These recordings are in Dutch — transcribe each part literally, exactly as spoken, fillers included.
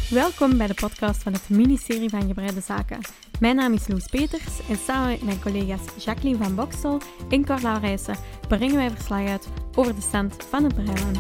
Welkom bij de podcast van het ministerie van Gebreide Zaken. Mijn naam is Loes Peters en samen met mijn collega's Jacqueline van Bokstel en Cor Laurijsen brengen wij verslag uit over de stand van het Breiland.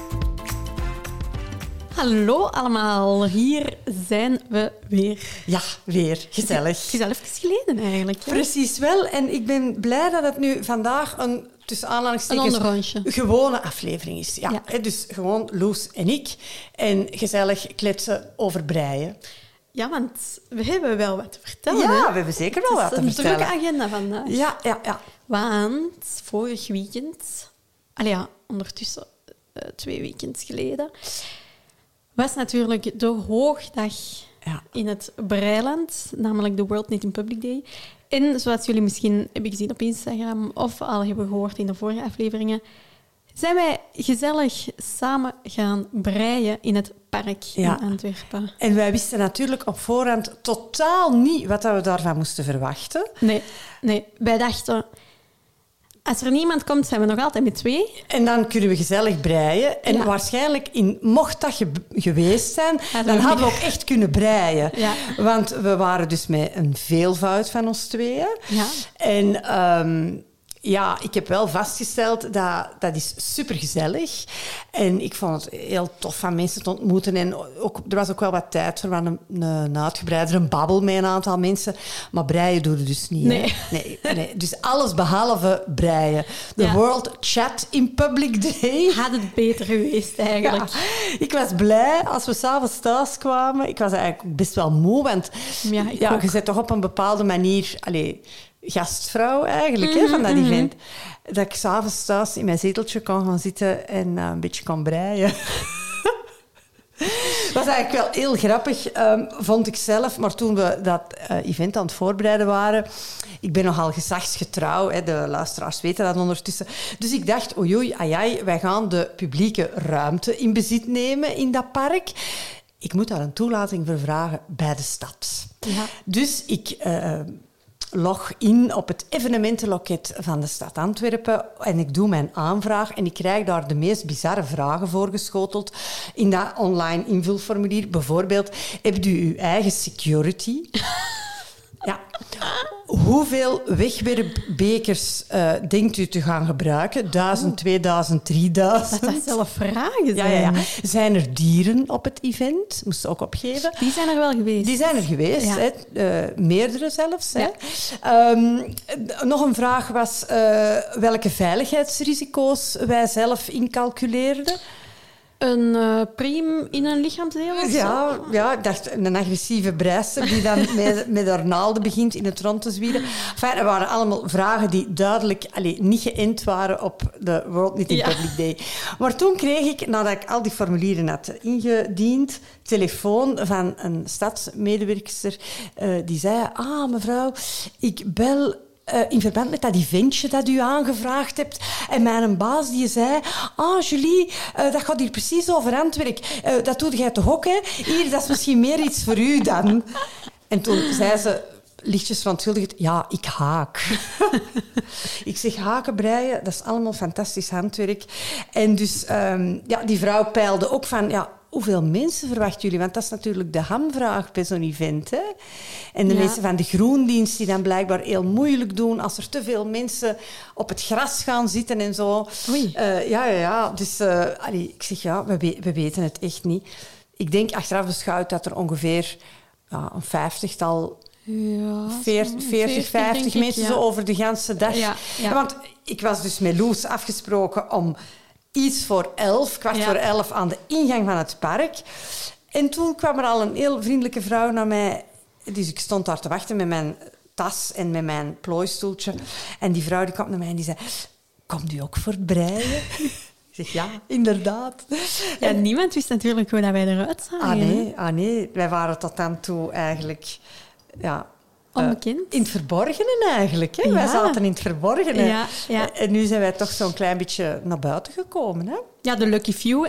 Hallo allemaal, hier zijn we weer. Ja, weer. Gezellig. Het is al even geleden eigenlijk. Hè? Precies wel. En ik ben blij dat het nu vandaag een, tussen aanhalingstekens, een onderrondje. gewone aflevering is. Ja, Ja. Hè, dus gewoon Loes en ik. En gezellig kletsen over breien. Ja, want we hebben wel wat te vertellen. Ja, hè? we hebben zeker wel wat te Het is vertellen. een drukke agenda vandaag. Ja, ja, ja. Want vorig weekend, allee ja, ondertussen uh, twee weekends geleden, was natuurlijk de hoogdag Ja. in het Breiland, namelijk de World Knitting Public Day. En zoals jullie misschien hebben gezien op Instagram of al hebben gehoord in de vorige afleveringen, zijn wij gezellig samen gaan breien in het park Ja. in Antwerpen. En wij wisten natuurlijk op voorhand totaal niet wat we daarvan moesten verwachten. Nee, nee, wij dachten, als er niemand komt, zijn we nog altijd met twee. En dan kunnen we gezellig breien. En Ja. waarschijnlijk, in, mocht dat ge- geweest zijn, Hadden dan we hadden we meer. ook echt kunnen breien. Ja. Want we waren dus met een veelvoud van ons tweeën. Ja. En ehm, ja, ik heb wel vastgesteld dat dat is supergezellig. En ik vond het heel tof van mensen te ontmoeten. En ook, er was ook wel wat tijd voor een, een, een uitgebreidere babbel met een aantal mensen. Maar breien doe je dus niet. Nee. Hè? Nee, nee. Dus alles behalve breien. De Ja. World Chat in Public Day. Had het beter geweest eigenlijk. Ja, ik was blij als we s'avonds thuis kwamen. Ik was eigenlijk best wel moe, want Ja, ik ja, ook. je bent toch op een bepaalde manier allee, gastvrouw eigenlijk hè, van dat event. Dat ik s'avonds thuis in mijn zeteltje kon gaan zitten en uh, een beetje kon breien. Dat was eigenlijk wel heel grappig, um, vond ik zelf. Maar toen we dat uh, event aan het voorbereiden waren... Ik ben nogal gezagsgetrouw, hè, de luisteraars weten dat ondertussen. Dus ik dacht, oei, oei, ai, ai, wij gaan de publieke ruimte in bezit nemen in dat park. Ik moet daar een toelating voor vragen bij de stad. Ja. Dus ik... Uh, log in op het evenementenloket van de stad Antwerpen en ik doe mijn aanvraag en ik krijg daar de meest bizarre vragen voorgeschoteld in dat online invulformulier. Bijvoorbeeld, hebt u uw eigen security? Ja. Hoeveel wegwerpbekers uh, denkt u te gaan gebruiken? Duizend, tweeduizend, drieduizend? Dat dat zelf vragen zijn. Ja, ja, ja. Zijn er dieren op het event? Moest ze ook opgeven. Die zijn er wel geweest. Die zijn er geweest, Ja. hè. Uh, meerdere zelfs. Ja. Hè. Um, nog een vraag was uh, welke veiligheidsrisico's wij zelf incalculeerden. Een uh, priem in een lichaamsdeel of Ja, zo? ja, ik dacht een agressieve breister die dan met, met haar naalden begint in het rond te zwieren. Enfin, er waren allemaal vragen die duidelijk allee, niet geënt waren op de World Knitting Ja. Public Day. Maar toen kreeg ik, nadat ik al die formulieren had ingediend, telefoon van een stadsmedewerkster uh, die zei, ah mevrouw, ik bel... Uh, in verband met dat eventje dat u aangevraagd hebt. En mijn baas die zei... Ah, Julie, uh, dat gaat hier precies over Antwerp. Uh, dat doe jij toch ook, hè? Hier, dat is misschien meer iets voor u dan. En toen zei ze... lichtjes verontschuldigd, ja, ik haak. Ik zeg haken, breien, dat is allemaal fantastisch handwerk. En dus, um, ja, die vrouw peilde ook van... ja, hoeveel mensen verwachten jullie? Want dat is natuurlijk de hamvraag bij zo'n event. Hè? En de Ja. mensen van de groendienst die dan blijkbaar heel moeilijk doen als er te veel mensen op het gras gaan zitten en zo. Oei. Uh, ja, ja, ja. Dus uh, allee, ik zeg, ja, we, we, we weten het echt niet. Ik denk achteraf beschouwd dat er ongeveer ja, een vijftigtal... Ja, veertig, veertig, vijftig denk ik, mensen ja. zo over de ganse dag. Ja, ja. Want ik was dus met Loes afgesproken om iets voor elf, kwart Ja. voor elf, aan de ingang van het park. En toen kwam er al een heel vriendelijke vrouw naar mij. Dus ik stond daar te wachten met mijn tas en met mijn plooistoeltje. En die vrouw die kwam naar mij en die zei... Komt u ook voor het breien? Ik zeg, ja, inderdaad. Ja, niemand wist natuurlijk hoe dat wij eruit zagen. Ah hè. nee, ah nee, wij waren tot dan toe eigenlijk... Ja, uh, Onbekend. in het verborgene eigenlijk. Hè? Ja. Wij zaten in het verborgene. Ja, ja. En nu zijn wij toch zo'n klein beetje naar buiten gekomen. Hè? Ja, de lucky few.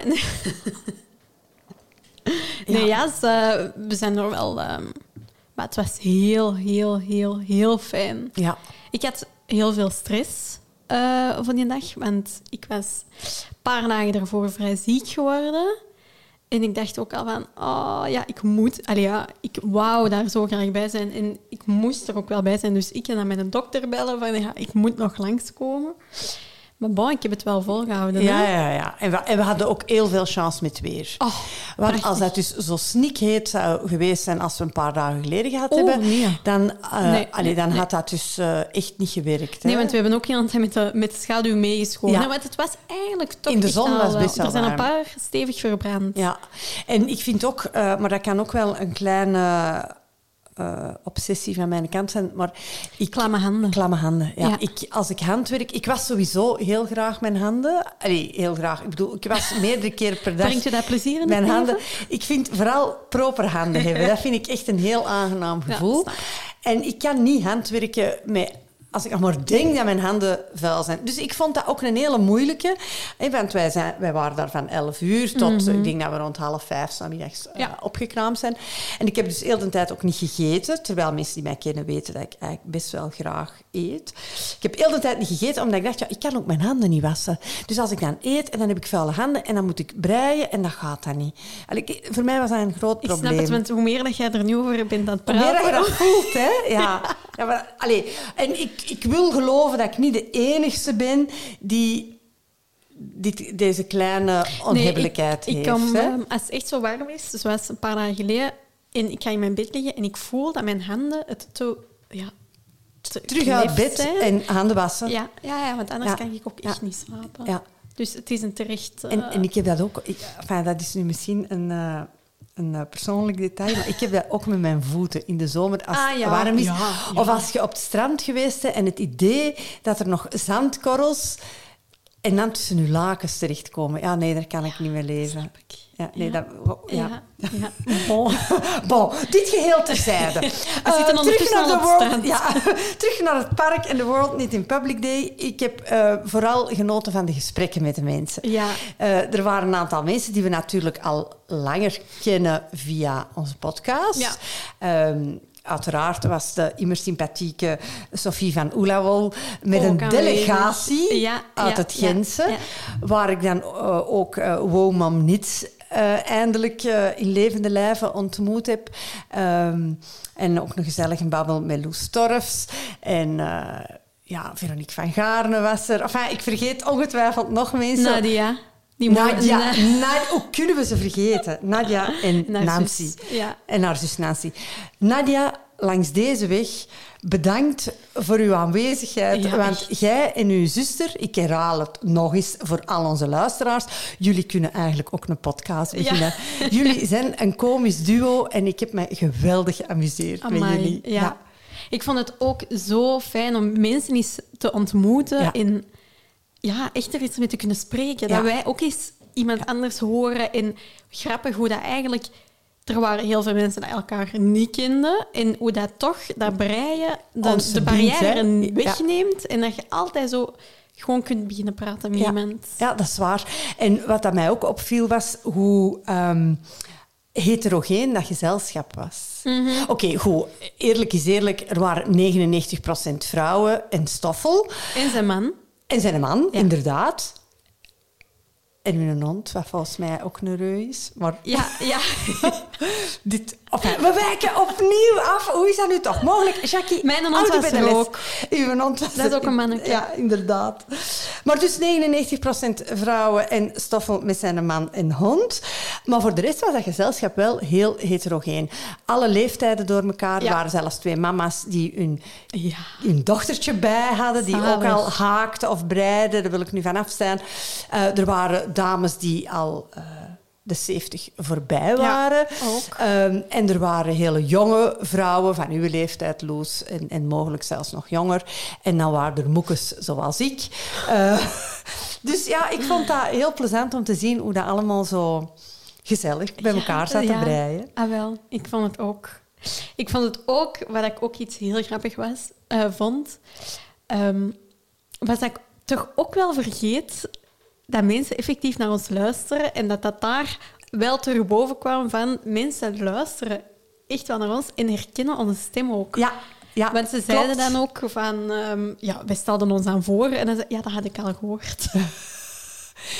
Nee, ja, ze, we zijn er wel... Um, maar het was heel, heel, heel, heel fijn. Ja. Ik had heel veel stress uh, van die dag, want ik was een paar dagen daarvoor vrij ziek geworden. En ik dacht ook al van, oh ja, ik moet... Allee, ja, ik wou daar zo graag bij zijn. En ik moest er ook wel bij zijn. Dus ik ga dan met een dokter bellen van, ja, ik moet nog langskomen. Maar bon, ik heb het wel volgehouden. Ja, hè? ja, ja. En we, en we hadden ook heel veel chance met weer. Oh, Want prachtig. als dat dus zo snikheet zou geweest zijn als we een paar dagen geleden gehad Oh, hebben, nee. dan, uh, Nee, allee, nee, dan nee. had dat dus uh, echt niet gewerkt. Nee, hè. want we hebben ook heel tijd met de, met de schaduw meegeschoten. Ja. hè, Want het was eigenlijk toch In de echt zon al was wel- best wel Er zijn een warm. paar stevig verbrand. Ja, en ik vind ook, uh, maar dat kan ook wel een kleine uh, obsessie van mijn kant zijn, maar ik... Klamme handen. Klamme handen, ja. Ja. Ik, als ik handwerk... Ik was sowieso heel graag mijn handen... Allee, heel graag. Ik bedoel, ik was meerdere keren per dag... Brengt je dat plezier in Mijn het handen... leven? Ik vind vooral proper handen hebben. Dat vind ik echt een heel aangenaam Ja, gevoel. snap ik. En ik kan niet handwerken met... Als ik nog maar denk dat mijn handen vuil zijn. Dus ik vond dat ook een hele moeilijke. hè, Want wij, zijn, wij waren daar van elf uur tot... Ik denk dat we rond half vijf 's namiddags uh, Ja. opgekraamd zijn. En ik heb dus heel de tijd ook niet gegeten. Terwijl mensen die mij kennen weten dat ik eigenlijk best wel graag eet. Ik heb heel de tijd niet gegeten, omdat ik dacht... Ja, ik kan ook mijn handen niet wassen. Dus als ik dan eet en dan heb ik vuile handen... En dan moet ik breien en dat gaat dan niet. Allee, ik- voor mij was dat een groot Ik probleem. snap het, want hoe meer dat jij er nu over bent aan het Hoe meer praten... dat je dat voelt, hè? Ja. ja maar, allee, en ik, ik wil geloven dat ik niet de enigste ben die dit, deze kleine onhebbelijkheid nee, ik, heeft. ik kom, hè? ehm, als het echt zo warm is, zoals een paar dagen geleden, en ik ga in mijn bed liggen en ik voel dat mijn handen het te... Ja, te Terug uit klef bed zijn. en handen wassen. Ja, ja, ja, want anders Ja. kan ik ook Ja. echt niet slapen. Ja. Dus het is een terecht... eh, En, en ik heb dat ook... Ik, enfin, dat is nu misschien een... uh, een uh, persoonlijk detail, maar ik heb dat ook met mijn voeten in de zomer als Ah, het ja. warm is. Ja, ja. Of als je op het strand geweest bent en het idee dat er nog zandkorrels en dan tussen je lakens terechtkomen. Ja, nee, daar kan ik niet mee leven. snap ik. Ja, nee, Ja. Dat, oh, ja. Ja, ja. Bon. Bon, dit geheel terzijde. We Uh, zitten ondertussen terug naar al de op World, strand. ja, terug naar het park en de World Niet in Public Day. Ik heb uh, vooral genoten van de gesprekken met de mensen. Ja. Uh, er waren een aantal mensen die we natuurlijk al langer kennen via onze podcast. Ja. Um, Uiteraard was de immer sympathieke Sophie van Oelawol met Ook een aanwezig. delegatie Ja, uit ja, het ja, Gentse, ja. waar ik dan uh, ook uh, Womam Nits uh, eindelijk uh, in levende lijven ontmoet heb. Um, en ook een gezellige babbel met Loes Torfs en... Uh, ja, Veronique van Gaarne was er. Enfin, ik vergeet ongetwijfeld nog mensen. Nadia. Die mo- Nadia. Na- Nad- hoe kunnen we ze vergeten? Nadia en En haar Nancy. zus, ja. En haar zus Nancy. Nadia, langs deze weg, bedankt voor uw aanwezigheid. Ja, want echt. jij en uw zuster, ik herhaal het nog eens voor al onze luisteraars, jullie kunnen eigenlijk ook een podcast beginnen. Jullie zijn een komisch duo en ik heb me geweldig geamuseerd met Amai, jullie. ja. Ik vond het ook zo fijn om mensen eens te ontmoeten Ja. en ja, echt er iets mee te kunnen spreken. Ja. Dat wij ook eens iemand anders horen. En grappig hoe dat eigenlijk... Er waren heel veel mensen die elkaar niet kenden. En hoe dat toch, dat breien, de, Ons de verbindt, barrière hè? Ja. wegneemt. En dat je altijd zo gewoon kunt beginnen praten met Ja. iemand. Ja, dat is waar. En wat dat mij ook opviel was hoe um, heterogeen dat gezelschap was. Mhm. Oké, okay, goed. Eerlijk is eerlijk, er waren negenennegentig procent vrouwen en Stoffel. En zijn man. En zijn man, Ja. inderdaad. En hun hond, wat volgens mij ook een reu is. Maar Ja, ja. dit, enfin, we wijken opnieuw af. Hoe is dat nu toch mogelijk? Jackie, Mijn hond oude was bij de er les. ook. Uw hond was Dat is er. ook een manneke. Ja, inderdaad. Maar dus negenennegentig procent vrouwen en Stoffel met zijn man en hond. Maar voor de rest was dat gezelschap wel heel heterogeen. Alle leeftijden door elkaar. Er Ja. waren zelfs twee mama's die hun, Ja. hun dochtertje bij hadden, die Zalig. ook al haakten of breiden. Daar wil ik nu vanaf zijn. Uh, er waren dames die al... Uh, de zeventig voorbij waren. Ja, ook. Um, en er waren hele jonge vrouwen van uw leeftijd, Loes, en, en mogelijk zelfs nog jonger. En dan waren er moekes zoals ik. Uh, dus ja, ik vond dat heel plezant om te zien hoe dat allemaal zo gezellig bij elkaar zat te ja. breien. Ah, wel. Ik vond het ook. Ik vond het ook, wat ik ook iets heel grappig was, uh, vond, um, was dat ik toch ook wel vergeet dat mensen effectief naar ons luisteren en dat dat daar wel terug boven kwam van mensen luisteren echt wel naar ons en herkennen onze stem ook. Ja, ja, Want ze zeiden klopt. dan ook van... Um, ja, wij stelden ons aan voor en dan zei ja, dat had ik al gehoord.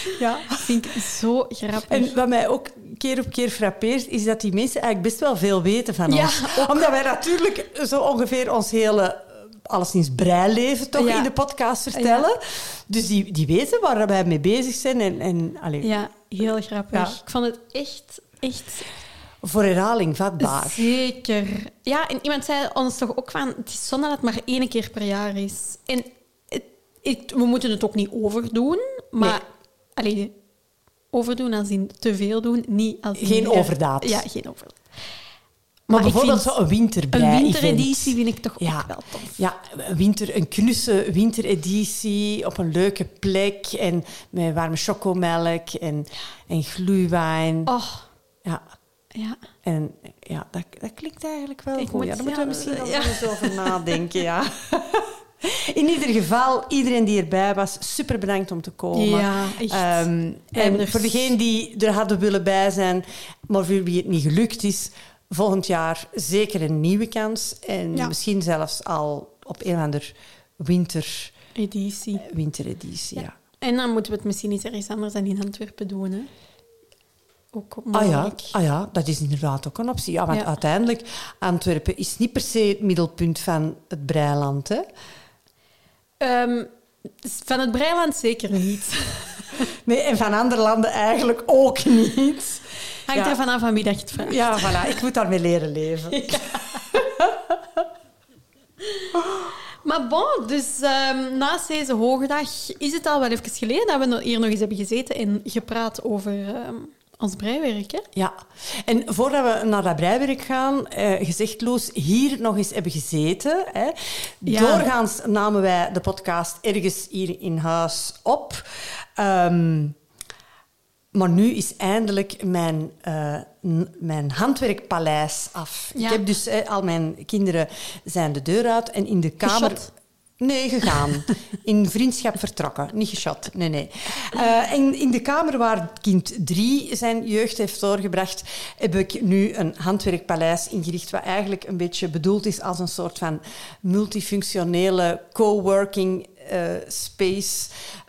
Ja. Dat vind ik zo grappig. En wat mij ook keer op keer frappeert, is dat die mensen eigenlijk best wel veel weten van Ja, ons. ook. Omdat wij natuurlijk zo ongeveer ons hele, alleszins breileven toch Ja. in de podcast vertellen. Dus die, die weten waar wij mee bezig zijn. En, en, allee, Ja, heel grappig. Ja. Ik vond het echt, echt voor herhaling vatbaar. zeker. Ja, en iemand zei ons toch ook van, het is zonde dat het maar één keer per jaar is. En het, het- we moeten het ook niet overdoen, maar... Allee, overdoen als in te veel doen, niet als in... Geen overdaad. Ja, geen overdaad. Maar, ik bijvoorbeeld vind zo'n winterbrei Een wintereditie vind ik toch Ja. ook wel tof. Ja, een, winter, een knusse wintereditie op een leuke plek. En met warme chocomelk en, en gluwijn. Oh, Ja, ja. en ja, dat, dat klinkt eigenlijk wel Ik goed. moet- Ja, daar moeten we ja, misschien nog ja. eens over nadenken, ja. In ieder geval, iedereen die erbij was, super bedankt om te komen. Ja, echt. Ehm, en er- voor degenen die er hadden willen bij zijn, maar voor wie het niet gelukt is, volgend jaar zeker een nieuwe kans. En Ja. misschien zelfs al op een of ander winter, Editie. wintereditie. Ja. En dan moeten we het misschien iets ergens anders dan in Antwerpen doen, hè. Ook Ah ja, mogelijk. ah ja, dat is inderdaad ook een optie. Ja, want Ja. uiteindelijk, Antwerpen is niet per se het middelpunt van het breiland, hè? Ehm, van het Breiland zeker niet. Nee, en van andere landen eigenlijk ook niet. Hangt Ja. er vanaf aan wie dat je het vraagt. Ja, voilà, ik moet daarmee leren leven. Maar bon, dus ehm, naast deze hoogdag is het al wel even geleden dat we no- hier nog eens hebben gezeten en gepraat over ehm, ons breiwerk, hè? Ja, en voordat we naar dat breiwerk gaan, eh, gezegd Loes, hier nog eens hebben gezeten. Hè. Ja. Doorgaans namen wij de podcast ergens hier in huis op. Ehm, maar nu is eindelijk mijn, eh, n- mijn handwerkpaleis af. Ja. Ik heb dus, eh, al mijn kinderen zijn de deur uit en in de kamer... Geschot? Nee, gegaan. In vriendschap vertrokken. Niet geschot, nee, nee. Uh, en in de kamer waar kind drie zijn jeugd heeft doorgebracht, heb ik nu een handwerkpaleis ingericht, wat eigenlijk een beetje bedoeld is als een soort van multifunctionele coworking uh, space.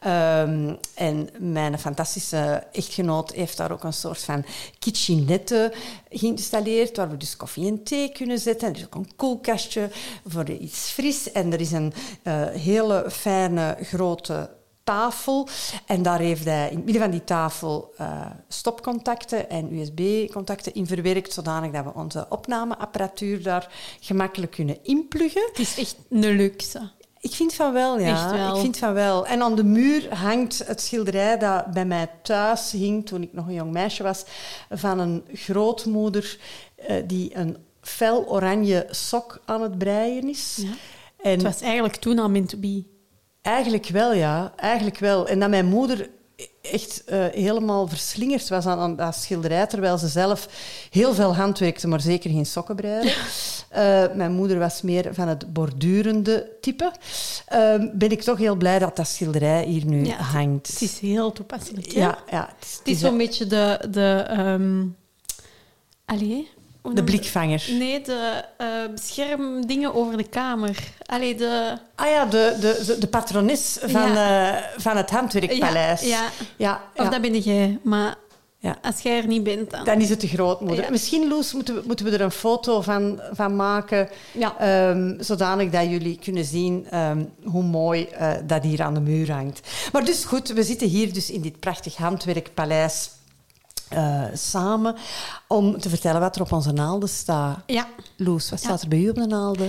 Um, en mijn fantastische echtgenoot heeft daar ook een soort van kitchenette geïnstalleerd, waar we dus koffie en thee kunnen zetten. Er is ook een koelkastje voor iets fris. En er is een uh, hele fijne grote tafel. En daar heeft hij in het midden van die tafel uh, stopcontacten en U S B-contacten in verwerkt, zodanig dat we onze opnameapparatuur daar gemakkelijk kunnen inpluggen. Het is echt een luxe. Ik vind van wel, ja. Echt wel. Ik vind van wel. En aan de muur hangt het schilderij dat bij mij thuis hing toen ik nog een jong meisje was, van een grootmoeder uh, die een fel oranje sok aan het breien is. Ja. En Het was eigenlijk toen al meant to be. eigenlijk wel, ja. Eigenlijk wel. En dat mijn moeder echt uh, helemaal verslingerd was aan, aan dat schilderij, terwijl ze zelf heel veel handwerkte, maar zeker geen sokken breide. Uh, mijn moeder was meer van het bordurende type. Uh, ben ik toch heel blij dat dat schilderij hier nu Ja, hangt. Het is heel toepasselijk. hè? Ja, ja, het is, Het is zo'n beetje de... de um... Allee... hoe de noem je- blikvanger. Nee, de uh, beschermdingen over de kamer. Allee, de... Ah ja, de, de, de patrones van, uh, van het handwerkpaleis. Ja, ja. ja, Of ja. dat ben jij. Maar Ja. als jij er niet bent, dan... Dan is het de grootmoeder. Ja. Misschien, Loes, moeten we, moeten we er een foto van, van maken, Ja. um, zodanig dat jullie kunnen zien um, hoe mooi uh, dat hier aan de muur hangt. Maar dus goed, we zitten hier dus in dit prachtig handwerkpaleis uh, samen om te vertellen wat er op onze naalden staat. Ja. Loes, wat staat er bij u op de naalden?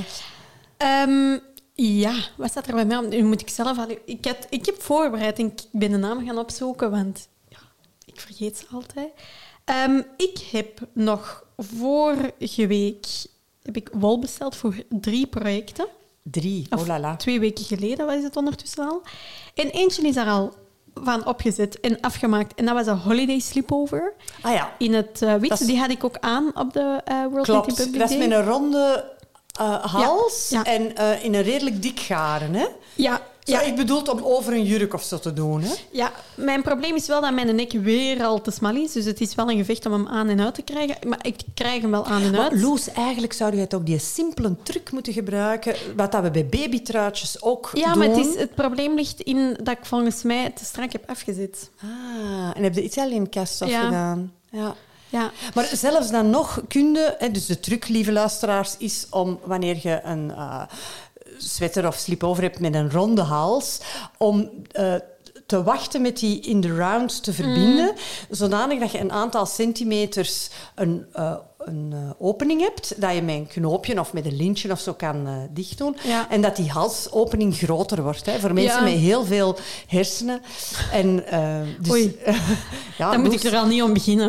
Um, ja, wat staat er bij mij op? Nu moet ik zelf... al- Ik, had, ik heb voorbereid en ik ben de naam gaan opzoeken, want ja, ik vergeet ze altijd. Um, ik heb nog vorige week heb ik wol besteld voor drie projecten. Drie, Of oh la la. twee weken geleden was het ondertussen al. En eentje is daar al van opgezet en afgemaakt. En dat was een holiday sleepover Ah ja, in het uh, wit. Dat is- Die had ik ook aan op de uh, World Knitting klopt. Public Dat is Day. met een ronde uh, hals Ja, ja. en uh, in een redelijk dik garen, hè? Ja, Ja, Ja. ik bedoel om over een jurk of zo te doen. Hè? Ja, mijn probleem is wel dat mijn nek weer al te smal is. Dus het is wel een gevecht om hem aan en uit te krijgen. Maar ik krijg hem wel aan en uit. Maar Loes, eigenlijk zou je ook die simpele truc moeten gebruiken, wat dat we bij babytruitjes ook Ja, doen. maar het, is, het probleem ligt in dat ik volgens mij te strak heb afgezet. Ah, en heb je Italian-kast Ja. gedaan? Ja. Ja. Maar zelfs dan nog kun je... Hè, dus de truc, lieve luisteraars, is om wanneer je een uh, sweater of slip-over hebt met een ronde hals, om uh, te wachten met die in de round te verbinden, mm. zodanig dat je een aantal centimeters een, uh, een uh, opening hebt, dat je met een knoopje of met een lintje of zo kan uh, dichtdoen. Ja. En dat die halsopening groter wordt. Hè, voor mensen Ja. met heel veel hersenen. En, uh, dus, Oei, ja, dan moet Loes, ik er al niet om beginnen.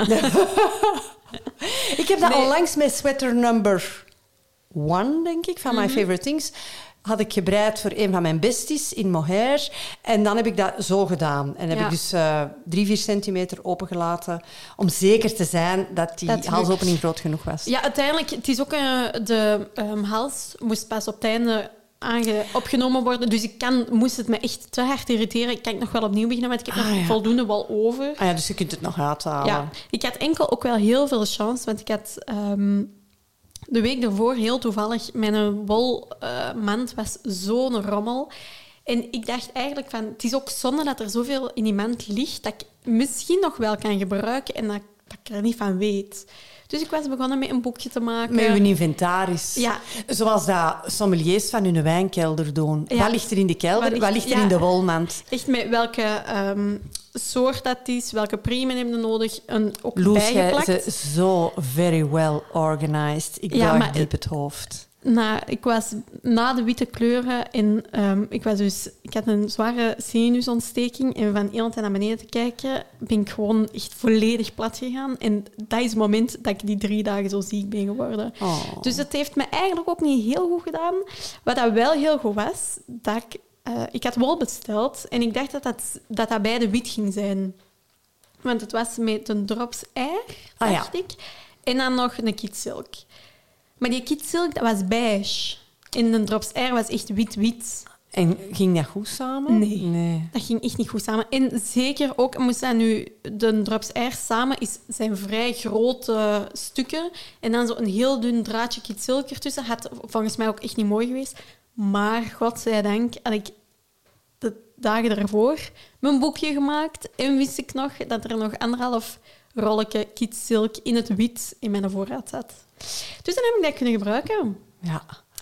ik heb dat Nee. onlangs met sweater number one, denk ik, van My Favorite Things, had ik gebreid voor een van mijn besties in mohair. En dan heb ik dat zo gedaan. En heb Ja. ik dus uh, drie, vier centimeter opengelaten om zeker te zijn dat die Dat lukt. halsopening groot genoeg was. Ja, uiteindelijk, het is ook uh, de um, hals moest pas op het einde aange- opgenomen worden. Dus ik kan, moest het me echt te hard irriteren. Kan ik nog wel opnieuw beginnen, want ik heb Ah, nog ja. voldoende wal over. Ah ja, dus je kunt het nog uithalen. Ja, ik had enkel ook wel heel veel chance, want ik had um, de week ervoor heel toevallig mijn wolmand uh, was zo'n rommel. En ik dacht eigenlijk van, het is ook zonde dat er zoveel in die mand ligt dat ik misschien nog wel kan gebruiken en dat, dat ik er niet van weet. Dus ik was begonnen met een boekje te maken. Met uw inventaris. Ja. Zoals dat sommeliers van hun wijnkelder doen. Ja. Wat ligt er in de kelder? Wat ligt- Wat ligt er ja. in de wolmand? Echt met welke um, soort dat is, welke priemen hebben we nodig, en ook Loes, jij bijgeplakt. bent zo very well organized. Ik Ja, buig maar- diep het hoofd. Nou, ik was na de witte kleuren en um, ik, was dus, ik had een zware sinusontsteking en van iemand naar beneden te kijken ben ik gewoon echt volledig plat gegaan. En dat is het moment dat ik die drie dagen zo ziek ben geworden. Oh. Dus het heeft me eigenlijk ook niet heel goed gedaan. Wat dat wel heel goed was, dat ik, uh, ik had wol besteld en ik dacht dat dat, dat dat beide wit ging zijn. Want het was met een drops air, Ah, dacht ik. En dan nog een kit silk. Maar die kit silk, dat was beige. En de drops air was echt wit-wit. En ging dat goed samen? Nee. nee. Dat ging echt niet goed samen. En zeker ook, moest dat nu... De drops air samen is, zijn vrij grote stukken. En dan zo een heel dun draadje kit silk ertussen. Had volgens mij ook echt niet mooi geweest. Maar, godzijdank, had ik de dagen ervoor mijn boekje gemaakt. En wist ik nog dat er nog anderhalf rolletje kit silk in het wit in mijn voorraad zat. Dus dan heb ik dat kunnen gebruiken. Ja.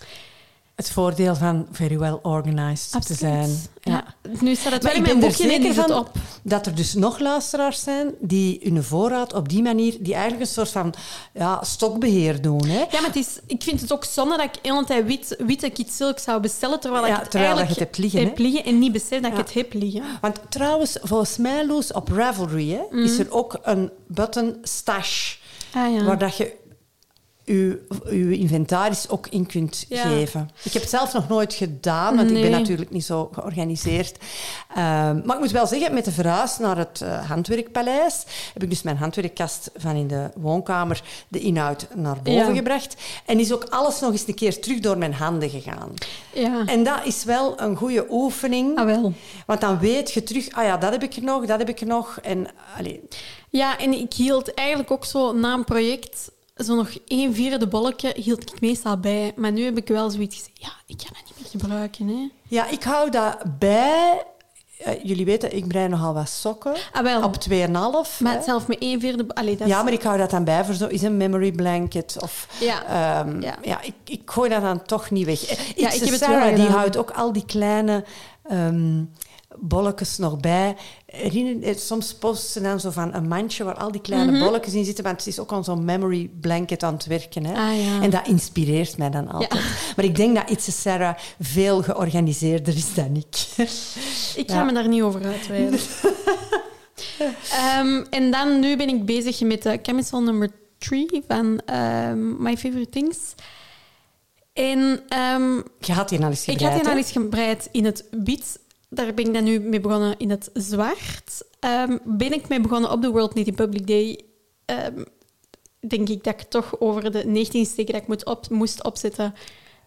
Het voordeel van very well organized Absoluut. te zijn. Ja. Nu staat het Maar wel ik in ben mijn er boekje en zeker is het van op. dat er dus nog luisteraars zijn die hun voorraad op die manier, die eigenlijk een soort van ja, stokbeheer doen. Hè? Ja, maar het is, ik vind het ook zonde dat ik de hele tijd wit, witte kit silk zou bestellen, terwijl Ja, ik het terwijl dat eigenlijk je het hebt liggen, heb liggen en niet besef dat Ja. ik het heb liggen. Want trouwens, volgens mij, Loes, op Ravelry hè, Mm. is er ook een button stash, Ah, ja. waar dat je je, je inventaris ook in kunt Ja. geven. Ik heb het zelf nog nooit gedaan, want ik ben Nee. natuurlijk niet zo georganiseerd. Um, maar ik moet wel zeggen, met de verhuis naar het uh, handwerkpaleis heb ik dus mijn handwerkkast van in de woonkamer de inhoud naar boven Ja. gebracht. En is ook alles nog eens een keer terug door mijn handen gegaan. Ja. En dat is wel een goede oefening. Ah, wel. Want dan weet je terug, ah ja, dat heb ik nog, dat heb ik nog. En, allee, Ja, en ik hield eigenlijk ook zo na een project, zo nog één vierde bolletje, hield ik meestal bij. Maar nu heb ik wel zoiets gezegd, ja, ik kan dat niet meer gebruiken. Hè. ja, ik hou dat bij. Uh, jullie weten, ik brei nogal wat sokken. Ah, wel. Op twee komma vijf. Maar zelf met één vierde... Allee, dat is- Ja, maar ik hou dat dan bij voor zo is een memory blanket. Of, Ja. um, Ja. ja. ik, ik gooi dat dan toch niet weg. Ja, Ja, ik heb het wel Sarah, die gedaan. houdt ook al die kleine um, bolletjes nog bij. Herinner, eh, soms post ze dan zo van een mandje waar al die kleine Mhm. bolletjes in zitten, want het is ook al zo'n memory blanket aan het werken. Hè. Ah, ja. En dat inspireert mij dan altijd. Maar ik denk dat It's Sarah veel georganiseerder is dan ik. Ik ga Ja. me daar niet over uitweiden. um, en dan, nu ben ik bezig met de Chemical number three van um, My Favorite Things. En um, Je had die al eens ik gebreid, had die hè? al eens gebreid in het wit. Daar ben ik dan nu mee begonnen in het zwart. Um, ben ik mee begonnen op de World Knitting Public Day. Um, denk ik dat ik toch over de negentien steken dat ik moet op, moest opzetten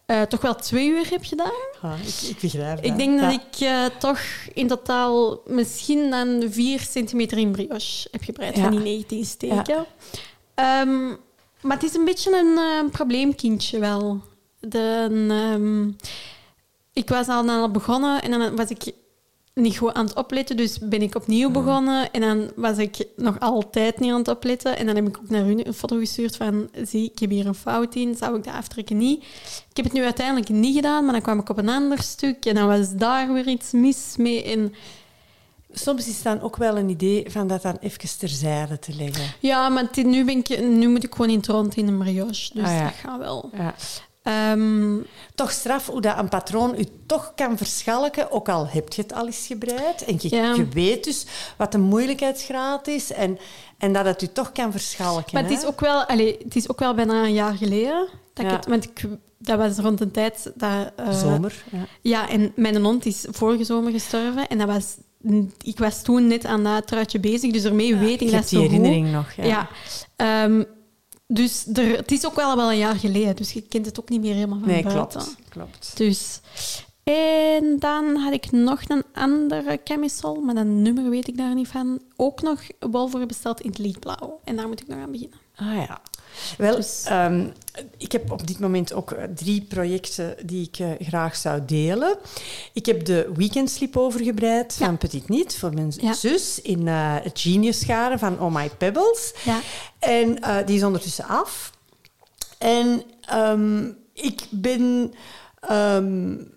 uh, toch wel twee uur heb gedaan. Ah, ik, ik begrijp dat. Ik denk dat ja. ik uh, toch in totaal misschien dan vier centimeter in brioche heb gebreid ja. van die negentien steken. Ja. Um, maar het is een beetje een uh, probleemkindje wel. De, um, ik was al, al begonnen en dan was ik niet goed aan het opletten, dus ben ik opnieuw begonnen. En dan was ik nog altijd niet aan het opletten. En dan heb ik ook naar hun een foto gestuurd van, zie, ik heb hier een fout in, zou ik dat aftrekken? Niet. Ik heb het nu uiteindelijk niet gedaan, maar dan kwam ik op een ander stuk en dan was daar weer iets mis mee. En soms is het dan ook wel een idee van dat dan even terzijde te leggen. Ja, maar dit, nu, ben ik, nu moet ik gewoon in het rond in een brioche, dus ah, ja. dat gaat wel. Ja. Um, toch straf hoe dat een patroon u toch kan verschalken, ook al heb je het al eens gebreid. En je, ja. je weet dus wat de moeilijkheidsgraad is en, en dat het u toch kan verschalken. Maar hè? het is, ook wel, allez, het is ook wel bijna een jaar geleden. Dat, ja. ik het, want ik, dat was rond een tijd... Dat, uh, zomer. Ja. ja, en mijn hond is vorige zomer gestorven. En dat was, ik was toen net aan dat truitje bezig, dus ermee ja, weet ik dat zo die herinnering goed. nog. Ja. ja um, Dus er, het is ook wel wel een jaar geleden, dus je kent het ook niet meer helemaal van nee, buiten. Klopt, klopt. Dus, en dan had ik nog een andere camisole, maar dat nummer weet ik daar niet van. Ook nog wel voor besteld in het lichtblauw. En daar moet ik nog aan beginnen. Ah ja. Wel, dus, um, ik heb op dit moment ook drie projecten die ik uh, graag zou delen. Ik heb de Weekend Sleepover gebreid ja. van Petit Niet voor mijn ja. zus in uh, het Genius Garen van Oh My Pebbles. Ja. En uh, die is ondertussen af. En um, ik ben um,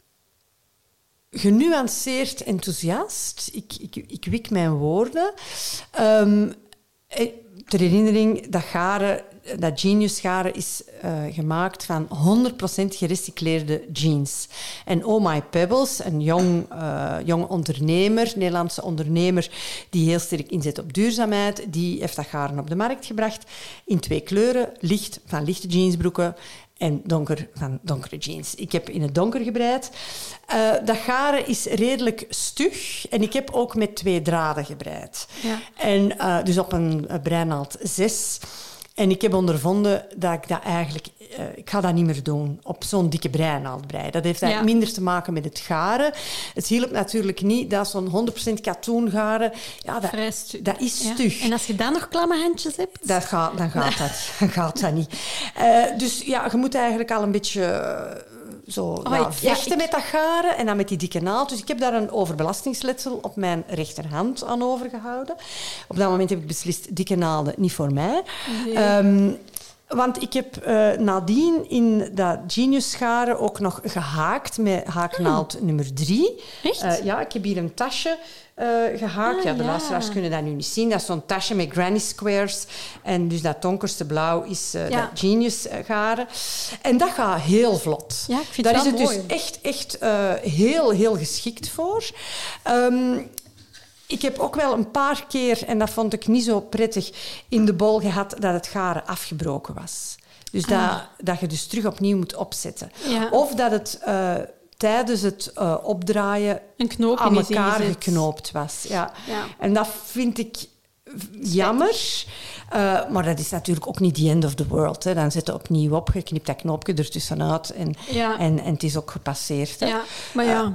genuanceerd enthousiast. Ik, ik, ik wik mijn woorden. Um, ter herinnering, dat garen, dat Genius garen is uh, gemaakt van honderd procent gerecycleerde jeans. En Oh My Pebbles, een jong, uh, jong ondernemer, Nederlandse ondernemer die heel sterk inzet op duurzaamheid, die heeft dat garen op de markt gebracht in twee kleuren, licht van lichte jeansbroeken en donker van donkere jeans. Ik heb in het donker gebreid. Uh, dat garen is redelijk stug en ik heb ook met twee draden gebreid. Ja. En, uh, dus op een, een breinaald zes. En ik heb ondervonden dat ik dat eigenlijk... Uh, ik ga dat niet meer doen, op zo'n dikke breinaald breien. Dat heeft eigenlijk ja. minder te maken met het garen. Het hielp natuurlijk niet dat zo'n honderd procent katoen garen... Ja, dat, dat is ja. stug. En als je dan nog klamme handjes hebt? Dat gaat, dan gaat, dat, dan gaat dat niet. Uh, dus ja, je moet eigenlijk al een beetje... Uh, Zo, oh, ja, vechten ja, ik... met dat garen en dan met die dikke naald. Dus ik heb daar een overbelastingsletsel op mijn rechterhand aan overgehouden. Op dat moment heb ik beslist, dikke naalden, niet voor mij. Nee. Um, want ik heb uh, nadien in dat Genius-garen ook nog gehaakt met haaknaald mm. nummer drie. Echt? Uh, ja, ik heb hier een tasje uh, gehaakt. Ah, ja, de ja. luisteraars kunnen dat nu niet zien. Dat is zo'n tasje met granny squares. En dus dat donkerste blauw is uh, ja. dat Genius-garen. En dat gaat heel vlot. Ja, ik vind Daar het is wel het mooi. dus echt, echt uh, heel, heel geschikt voor. Um, Ik heb ook wel een paar keer, en dat vond ik niet zo prettig, in de bol gehad dat het garen afgebroken was. Dus ah. dat, dat je dus terug opnieuw moet opzetten. Ja. Of dat het uh, tijdens het uh, opdraaien een knoopje aan elkaar geknoopt was. Ja. Ja. En dat vind ik jammer. Uh, maar dat is natuurlijk ook niet the end of the world. Hè. Dan zet je opnieuw op, je knipt dat knoopje ertussenuit en, ja. en, en het is ook gepasseerd. Hè. Ja, maar ja... Uh,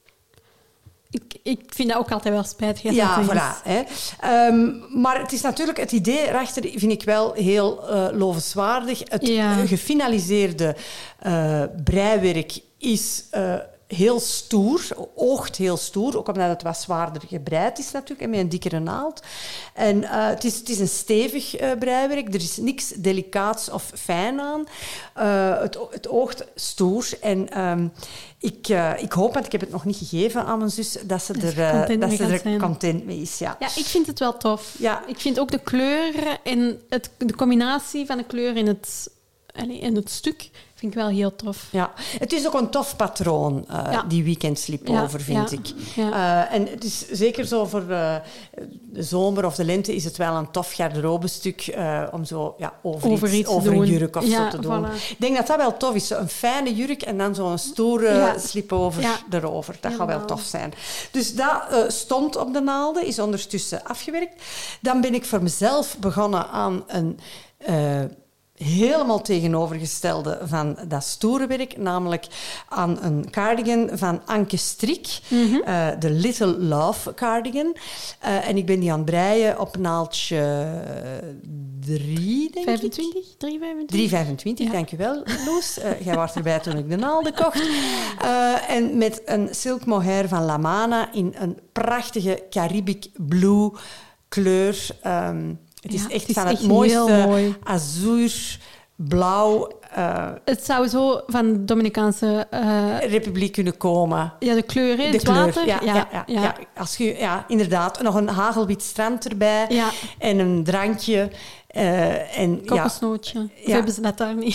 Ik, ik vind dat ook altijd wel spijtig. Ja, voilà. Hè. Um, maar het is natuurlijk... Het idee erachter vind ik wel heel uh, lovenswaardig. Het ja. gefinaliseerde uh, breiwerk is... Uh, heel stoer, oogt heel stoer, ook omdat het wat zwaarder gebreid is natuurlijk, en met een dikkere naald. En uh, het, is, het is een stevig uh, breiwerk, er is niks delicaats of fijn aan. Uh, het, het oogt stoer en um, ik, uh, ik hoop, want ik heb het nog niet gegeven aan mijn zus, dat ze er, uh, content, dat ze er content mee is. Ja. ja, ik vind het wel tof. Ja. Ik vind ook de kleuren en het, de combinatie van de kleur in het, in het stuk... vind ik wel heel tof. Ja, het is ook een tof patroon, uh, ja. die Weekend Sleepover, ja, vind ja, ik. Ja. Uh, en het is zeker zo voor uh, de zomer of de lente is het wel een tof garderobestuk uh, om zo ja, over, over, iets, iets over een jurk of ja, zo te doen. Voilà. Ik denk dat dat wel tof is. Zo een fijne jurk en dan zo'n stoere ja. sleepover ja. erover. Dat gaat wel tof zijn. Dus dat uh, stond op de naalden, is ondertussen afgewerkt. Dan ben ik voor mezelf begonnen aan een... Uh, helemaal tegenovergestelde van dat stoere werk, namelijk aan een cardigan van Anke Strik, mm-hmm. uh, de Little Love cardigan. Uh, en ik ben die aan het breien op naaldje drie, denk vijfentwintig? ik. drie vijfentwintig? drie vijfentwintig, ja. Dankjewel, Loes. Uh, jij was erbij toen ik de naalden kocht. Uh, en met een silk mohair van La Mana in een prachtige Caribic blue kleur. Um, Het is ja, echt het is van het echt mooiste mooi. azuur, blauw. Uh, het zou zo van de Dominicaanse uh, Republiek kunnen komen. Ja, de kleur, hè? De Het kleur, water. ja, ja, ja, ja, ja. ja. Als je, ja, inderdaad. Nog een hagelwit strand erbij ja. en een drankje. Uh, en, kokosnootje. Ja. Of ja. hebben ze dat daar niet?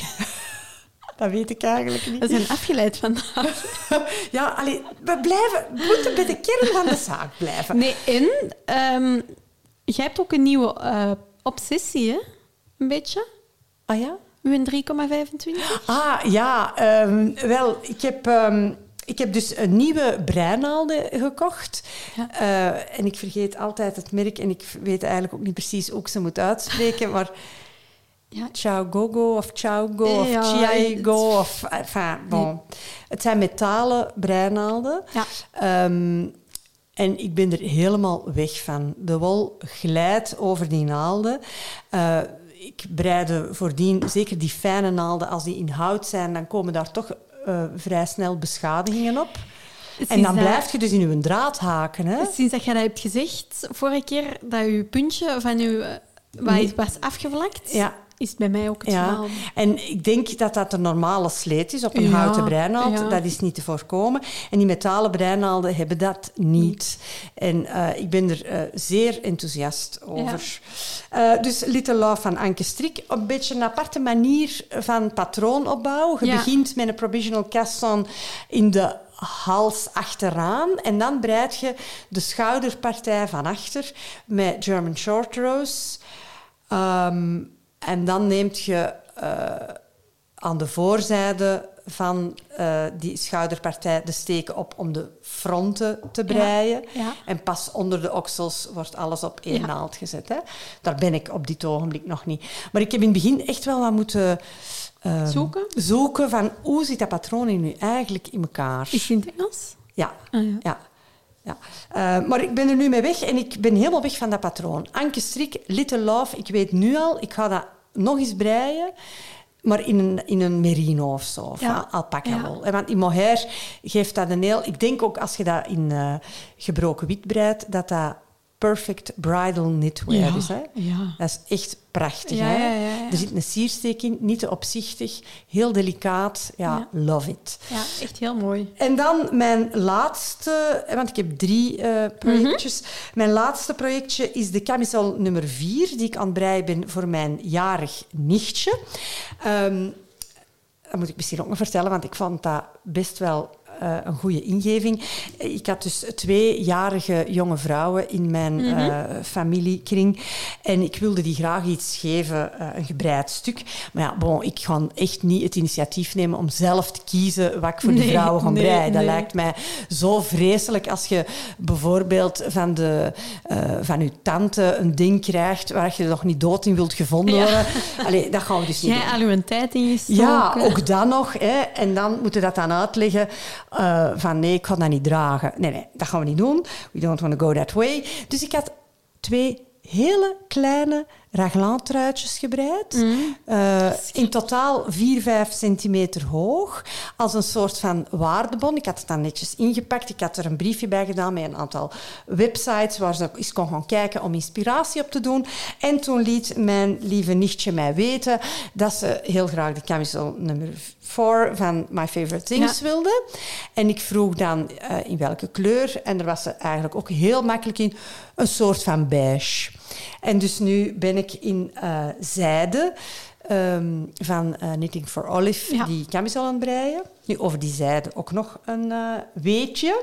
Dat weet ik eigenlijk niet. We zijn afgeleid vandaag. ja, allee, we, blijven, we moeten bij de kern van de zaak blijven. Nee, en um, jij hebt ook een nieuwe uh, obsessie, hè? Een beetje. Ah ja? Uw drie komma vijfentwintig? Ah, ja. Um, wel, ik heb... Um, Ik heb dus een nieuwe breinaalden gekocht. Ja. Uh, en ik vergeet altijd het merk. En ik weet eigenlijk ook niet precies hoe ik ze moet uitspreken. Maar ja. Ciao Gogo of Ciao Go of ja, Chiago. Of, enfin, bon. Nee. Het zijn metalen breinaalden. Ja. Um, en ik ben er helemaal weg van. De wol glijdt over die naalden. Uh, ik breide voordien, zeker die fijne naalden, als die in hout zijn, dan komen daar toch uh, vrij snel beschadigingen op. Sinds en dan dat, blijf je dus in je draad haken. Hè? Sinds dat je dat hebt gezegd, vorige keer dat je puntje van je nee. was afgevlakt, ja. is het bij mij ook het ja. geval. En ik denk dat dat een normale sleet is op een ja. houten breinaald. Ja. Dat is niet te voorkomen. En die metalen breinaalden hebben dat niet. En uh, ik ben er uh, zeer enthousiast over. Ja. Uh, dus Little Love van Anke Strik. Op een beetje een aparte manier van patroonopbouw. Je ja. begint met een provisional cast-on in de hals achteraan. En dan breid je de schouderpartij van achter met German short rows. Um, En dan neemt je uh, aan de voorzijde van uh, die schouderpartij de steken op om de fronten te breien. Ja, ja. En pas onder de oksels wordt alles op één ja. naald gezet. Hè. Daar ben ik op dit ogenblik nog niet. Maar ik heb in het begin echt wel wat moeten uh, zoeken? zoeken van hoe zit dat patroon nu eigenlijk in elkaar. Is het in het Engels? Ja, ah, ja. ja. Ja. Uh, maar ik ben er nu mee weg en ik ben helemaal weg van dat patroon. Anke Strik, Little Love, ik weet nu al, ik ga dat nog eens breien, maar in een, in een merino of zo, of ja. alpaca-wol. Ja. Want in mohair geeft dat een heel... Ik denk ook, als je dat in uh, gebroken wit breidt, dat dat perfect bridal knitwear ja. is. Hè? Ja. Dat is echt prachtig. Ja, hè? ja, ja, ja. Er zit een siersteek in, niet te opzichtig, heel delicaat. Ja, ja. Love it. Ja, echt heel mooi. En dan mijn laatste, want ik heb drie uh, projectjes. Mm-hmm. Mijn laatste projectje is de camisole nummer vier, die ik aan het breien ben voor mijn jarig nichtje. Um, dat moet ik misschien ook nog vertellen, want ik vond dat best wel Uh, een goede ingeving. Ik had dus twee jarige jonge vrouwen in mijn mm-hmm. uh, familiekring. En ik wilde die graag iets geven, uh, een gebreid stuk. Maar ja, bon, ik ga echt niet het initiatief nemen om zelf te kiezen wat ik voor nee, die vrouwen ga nee, breien. Dat nee. lijkt mij zo vreselijk als je bijvoorbeeld van, de, uh, van je tante een ding krijgt waar je nog niet dood in wilt gevonden worden. Ja. Allee, dat gaan we dus niet Jij doen. al je tijd ingestoken. Ja, ook dat nog. Hè. En dan moeten we dat dan uitleggen. Uh, van nee, ik ga dat niet dragen. Nee, nee, dat gaan we niet doen. We don't want to go that way. Dus ik had twee hele kleine raglan-truitjes gebreid. Mm. Uh, in totaal vier, vijf centimeter hoog. Als een soort van waardebon. Ik had het dan netjes ingepakt. Ik had er een briefje bij gedaan met een aantal websites waar ze eens kon gaan kijken om inspiratie op te doen. En toen liet mijn lieve nichtje mij weten dat ze heel graag de camisole nummer vier van My Favorite Things ja. wilde. En ik vroeg dan uh, in welke kleur. En daar was ze eigenlijk ook heel makkelijk in. Een soort van beige. En dus nu ben ik in uh, zijde um, van uh, Knitting for Olive ja. die camisole aan het breien. Nu, over die zijde ook nog een uh, weetje.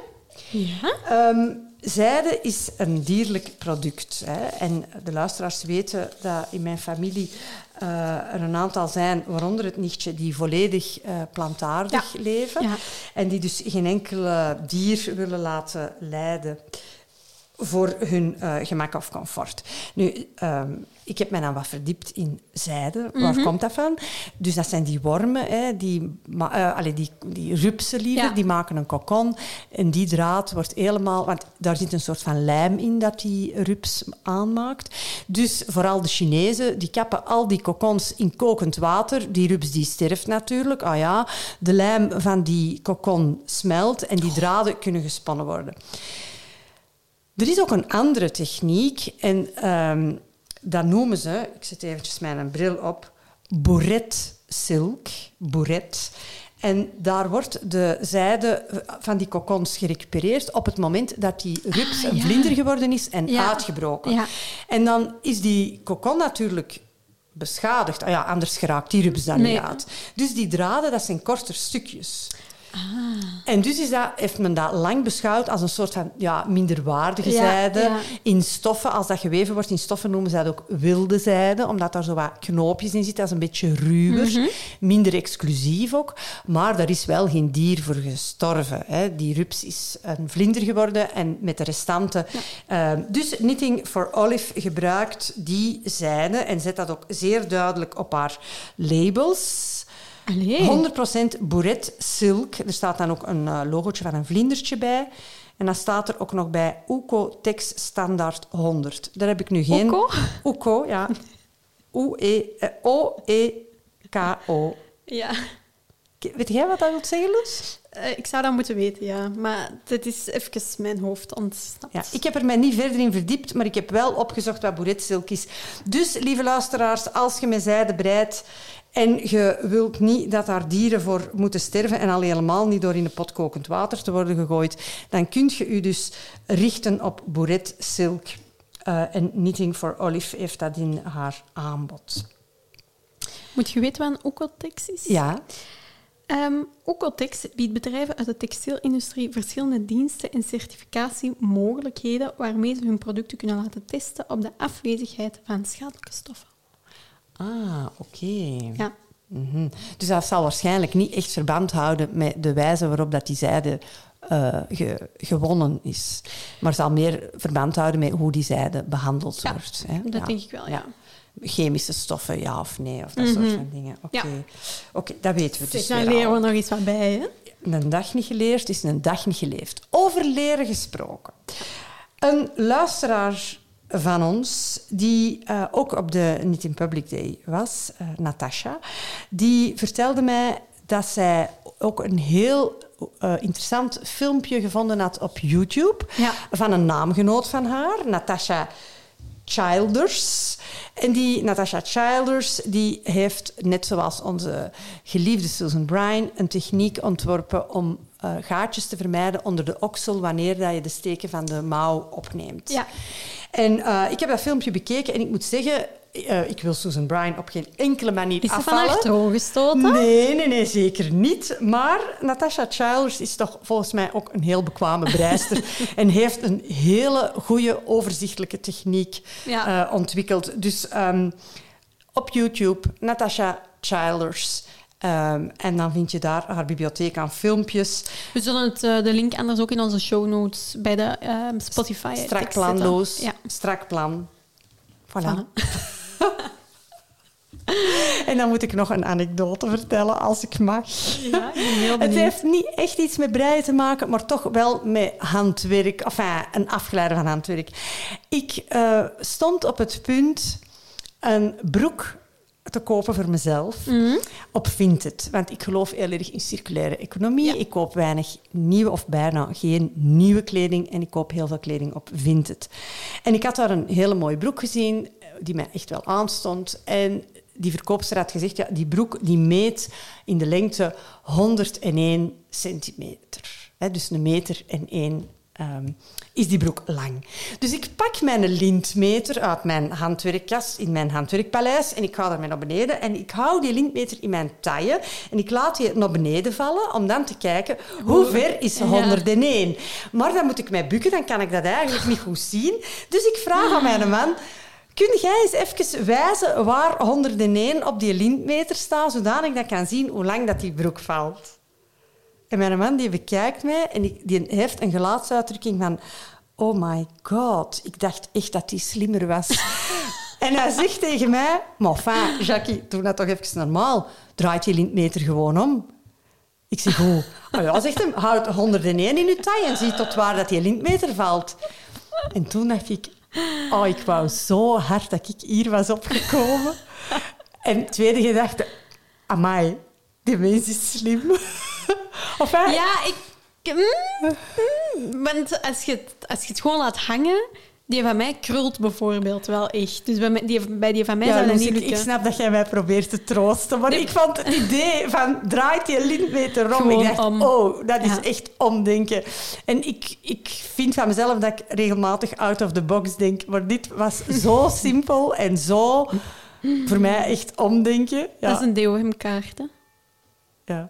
Ja. Um, zijde is een dierlijk product. Hè. En de luisteraars weten dat in mijn familie uh, er een aantal zijn, waaronder het nichtje, die volledig uh, plantaardig ja. leven. Ja. En die dus geen enkel dier willen laten lijden voor hun uh, gemak of comfort. Nu, um, ik heb mij dan wat verdiept in zijde. Waar mm-hmm. komt dat van? Dus dat zijn die wormen, hè, die, uh, allez, die, die rupsen liever, ja. die maken een kokon. En die draad wordt helemaal... Want daar zit een soort van lijm in dat die rups aanmaakt. Dus vooral de Chinezen, die kappen al die kokons in kokend water. Die rups die sterft natuurlijk. Ah ja, de lijm van die kokon smelt en die draden kunnen gesponnen worden. Er is ook een andere techniek en um, dat noemen ze, ik zet eventjes mijn bril op, bourret silk, bourret. En daar wordt de zijde van die kokons gerecupereerd op het moment dat die rups ah, een ja. vlinder geworden is en ja. uitgebroken. Ja. En dan is die kokon natuurlijk beschadigd. Ah ja, anders geraakt die rups dan nee. niet uit. Dus die draden, dat zijn korter stukjes. Ah. En dus is dat, heeft men dat lang beschouwd als een soort van ja, minderwaardige ja, zijde. Ja. In stoffen, als dat geweven wordt in stoffen, noemen ze dat ook wilde zijde, omdat daar zo wat knoopjes in zitten. Dat is een beetje ruwer, mm-hmm. minder exclusief ook. Maar daar is wel geen dier voor gestorven. Hè. Die rups is een vlinder geworden en met de restanten. Ja. Uh, dus Knitting for Olive gebruikt die zijde en zet dat ook zeer duidelijk op haar labels. Allee. honderd procent bourret silk. Er staat dan ook een uh, logootje van een vlindertje bij. En dan staat er ook nog bij Oeko-Tex Standaard honderd. Daar heb ik nu geen... Oeko? Oeko, ja. O E K O. Ja. Weet jij wat dat wil zeggen, Loes? Uh, ik zou dat moeten weten, ja. Maar dit is even mijn hoofd ontsnapt. Ja, ik heb er mij niet verder in verdiept, maar ik heb wel opgezocht wat bourret silk is. Dus, lieve luisteraars, als je met zijde breidt en je wilt niet dat daar dieren voor moeten sterven en al helemaal niet door in een pot kokend water te worden gegooid, dan kun je je dus richten op bourret silk. Uh, en Knitting for Olive heeft dat in haar aanbod. Moet je weten wat een Oeko-Tex is? Ja. Um, Oeko-Tex biedt bedrijven uit de textielindustrie verschillende diensten en certificatiemogelijkheden waarmee ze hun producten kunnen laten testen op de afwezigheid van schadelijke stoffen. Ah, oké. Okay. Ja. Mm-hmm. Dus dat zal waarschijnlijk niet echt verband houden met de wijze waarop dat die zijde uh, ge, gewonnen is. Maar zal meer verband houden met hoe die zijde behandeld ja, wordt. Hè? Dat ja. denk ik wel, ja. ja. Chemische stoffen, ja of nee, of dat mm-hmm. soort van dingen. Oké, okay. ja. okay, dat weten we dus zeg, weer dan leren al. we nog iets wat bij, hè? Een dag niet geleerd is een dag niet geleefd. Over leren gesproken. Een luisteraar van ons, die uh, ook op de Knit in Public Day was, uh, Natasha, die vertelde mij dat zij ook een heel uh, interessant filmpje gevonden had op YouTube ja. van een naamgenoot van haar, Natasha Childers. En die Natasha Childers die heeft, net zoals onze geliefde Susan Bryan, een techniek ontworpen om uh, gaatjes te vermijden onder de oksel wanneer dat je de steken van de mouw opneemt. Ja. En uh, ik heb dat filmpje bekeken en ik moet zeggen, uh, ik wil Susan Bryan op geen enkele manier is afvallen. Is ze van haar troon gestoten? Nee, nee, nee, zeker niet. Maar Natasha Childers is toch volgens mij ook een heel bekwame breister en heeft een hele goede, overzichtelijke techniek ja. uh, ontwikkeld. Dus um, op YouTube, Natasha Childers. Um, en dan vind je daar haar bibliotheek aan filmpjes. We zullen het, uh, de link anders ook in onze show notes bij de uh, Spotify. Strak planloos, ja. strak plan. Voilà. voilà. En dan moet ik nog een anekdote vertellen, als ik mag. Ja, ik ben heel benieuwd. Het heeft niet echt iets met breien te maken, maar toch wel met handwerk. Enfin, een afgeleide van handwerk. Ik uh, stond op het punt een broek te kopen voor mezelf mm-hmm. op Vinted. Want ik geloof heel erg in circulaire economie. Ja. Ik koop weinig nieuwe of bijna geen nieuwe kleding en ik koop heel veel kleding op Vinted. En ik had daar een hele mooie broek gezien die mij echt wel aanstond. En die verkoopster had gezegd, ja, die broek die meet in de lengte honderdéén centimeter. He, dus een meter en één um, is die broek lang. Dus ik pak mijn lintmeter uit mijn handwerkkast in mijn handwerkpaleis en ik ga daarmee naar beneden en ik hou die lintmeter in mijn taille en ik laat die naar beneden vallen om dan te kijken hoe ver is honderdéén. Ja. Maar dan moet ik mij bukken, dan kan ik dat eigenlijk niet goed zien. Dus ik vraag aan mijn man, kun jij eens even wijzen waar honderdéén op die lintmeter staat, zodat ik dat kan zien hoe lang dat die broek valt? En mijn man die bekijkt mij en die, die heeft een gelaatsuitdrukking van oh my god, ik dacht echt dat hij slimmer was. En hij zegt tegen mij, maar enfin, Jackie, doe dat toch even normaal. Draait je lintmeter gewoon om. Ik zeg, hoe? Oh ja, zegt hem, houd honderdéén in je taille en zie tot waar dat je lintmeter valt. En toen dacht ik, oh, ik wou zo hard dat ik hier was opgekomen. En tweede gedachte, amai, die mens is slim. Of hij... Ja, ik... Mm, mm, want als je, het, als je het gewoon laat hangen... Die van mij krult bijvoorbeeld wel echt. Dus bij die, bij die van mij ja, zou dat dus niet ik, lukken. ik snap dat jij mij probeert te troosten. Maar Nee. ik vond het idee van draait je lintmeter om. Gewoon Ik dacht, om. oh, dat is Ja. echt omdenken. En ik, ik vind van mezelf dat ik regelmatig out of the box denk. Maar dit was zo simpel en zo voor mij echt omdenken. Ja. Dat is een D O M-kaart, hè? Ja.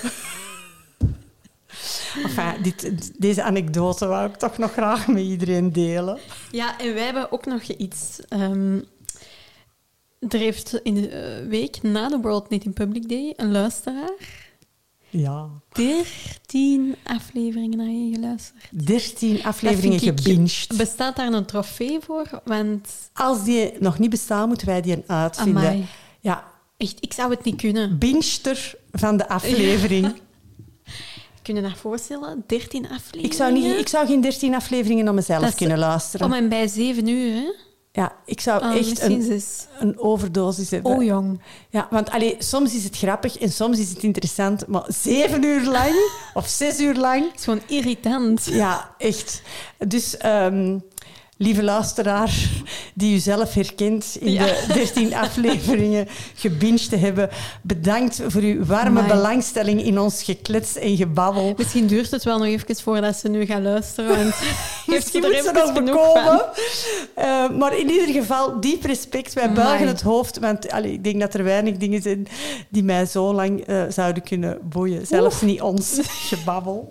Enfin, dit, deze anekdote wou ik toch nog graag met iedereen delen. Ja, en wij hebben ook nog iets... Um, er heeft in de uh, week na de World Knitting Public Day een luisteraar Ja. dertien afleveringen naar je geluisterd. dertien afleveringen Dat vind ik- gebinged. Bestaat daar een trofee voor? Want, Als die nog niet bestaan, moeten wij die uitvinden. amai, Ja, echt, ik zou het niet kunnen. bingster van de aflevering. Kun je dat voorstellen? dertien afleveringen? Ik zou, niet, ik zou geen dertien afleveringen naar mezelf Dat is- kunnen luisteren. Om en bij zeven uur, hè? Ja, ik zou Ah, echt misschien een, zes. een overdosis hebben. Oh, jong. Ja, want allee, soms is het grappig en soms is het interessant, maar zeven uur lang of zes uur lang, Het is gewoon irritant. ja, echt. Dus, ehm, lieve luisteraar, die u zelf herkent in Ja. de dertien afleveringen gebinged te hebben, bedankt voor uw warme Amai. belangstelling in ons geklets en gebabbel. Misschien duurt het wel nog even voordat ze nu gaan luisteren. Want Misschien heeft moet ze ze er nog even genoeg van. bekomen. Uh, maar in ieder geval, diep respect. Wij buigen Amai. het hoofd. Want allee, ik denk dat er weinig dingen zijn die mij zo lang uh, zouden kunnen boeien. Zelfs niet ons gebabbel.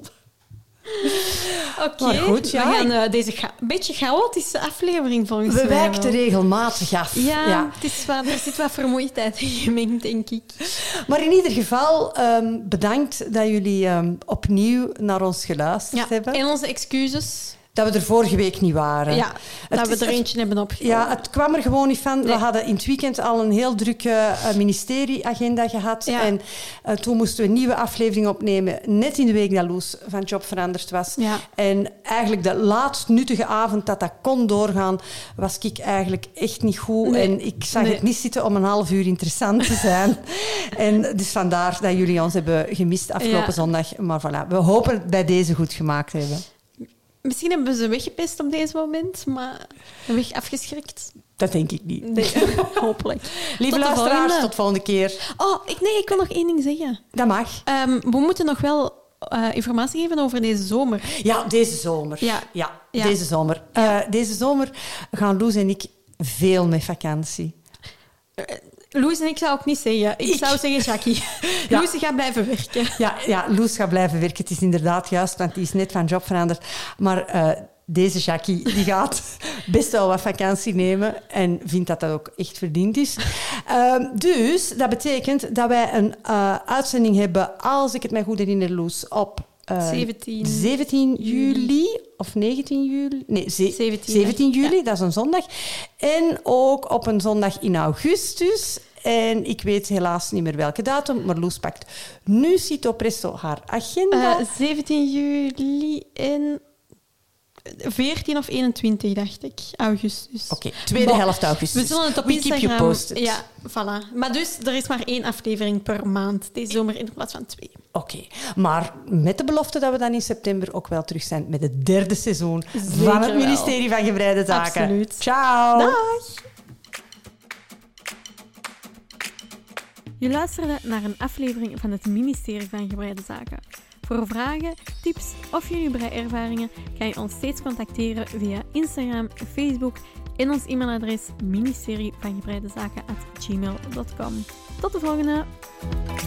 Oké, Maar goed, ja, we gaan ik- uh, deze cha- een beetje chaotische aflevering volgens We mij wijken wel. regelmatig af. Ja, Ja. Het is wat, er zit wat vermoeidheid in gemengd, denk ik. Maar in ieder geval, um, bedankt dat jullie um, opnieuw naar ons geluisterd Ja, hebben. en onze excuses Dat we er vorige week niet waren. ja, Het dat we is- er het- eentje hebben opgenomen. Ja, het kwam er gewoon niet van. Nee. We hadden in het weekend al een heel drukke uh, ministerieagenda gehad. Ja. En uh, toen moesten we een nieuwe aflevering opnemen, net in de week dat Loes van job veranderd was. Ja. En eigenlijk de laatst nuttige avond dat dat kon doorgaan, was ik eigenlijk echt niet goed. Nee. En ik zag Nee. het niet zitten om een half uur interessant te zijn. En dus vandaar dat jullie ons hebben gemist afgelopen Ja. zondag. Maar voilà, we hopen het bij deze goed gemaakt te hebben. Misschien hebben we ze weggepest op deze moment, maar weg afgeschrikt. Dat denk ik niet. Nee, hopelijk. Lieve Tot de luisteraars, volgende. tot volgende keer. Oh, ik, nee, ik wil nog één ding zeggen. Dat mag. Ehm, we moeten nog wel uh, informatie geven over deze zomer. Ja, deze zomer. Ja. ja, Ja. deze zomer. Uh, deze zomer gaan Loes en ik veel met vakantie. Loes en ik zou ook niet zeggen. Ik, Ik. zou zeggen Jackie. Ja. Loes gaat blijven werken. Ja, ja, Loes gaat blijven werken. Het is inderdaad juist, want die is net van job veranderd. Maar uh, deze Jackie die gaat best wel wat vakantie nemen en vindt dat dat ook echt verdiend is. Uh, dus dat betekent dat wij een uh, uitzending hebben, als ik het mij goed herinner, Loes, op uh, zeventien zeventien juli of negentien juli? Nee, ze- zeventien, zeventien juli, ja. dat is een zondag. En ook op een zondag in augustus. En ik weet helaas niet meer welke datum, maar Loes pakt nu cito presto haar agenda. Uh, zeventien juli en veertien of eenentwintig, dacht ik. Augustus. Oké, tweede Bon, helft augustus. We zullen het op We keep you Instagram... posted. Ja, voilà. Maar dus, er is maar één aflevering per maand deze zomer in plaats van twee. Oké, maar met de belofte dat we dan in september ook wel terug zijn met het derde seizoen Zeker van het wel. ministerie van Gebreide Zaken. Absoluut. Ciao. Dag! Je luisterde naar een aflevering van het ministerie van Gebreide Zaken. Voor vragen, tips of jullie breiervaringen kan je ons steeds contacteren via Instagram, Facebook en ons e-mailadres ministerie van gebreidezaken at gmail dot com. Tot de volgende!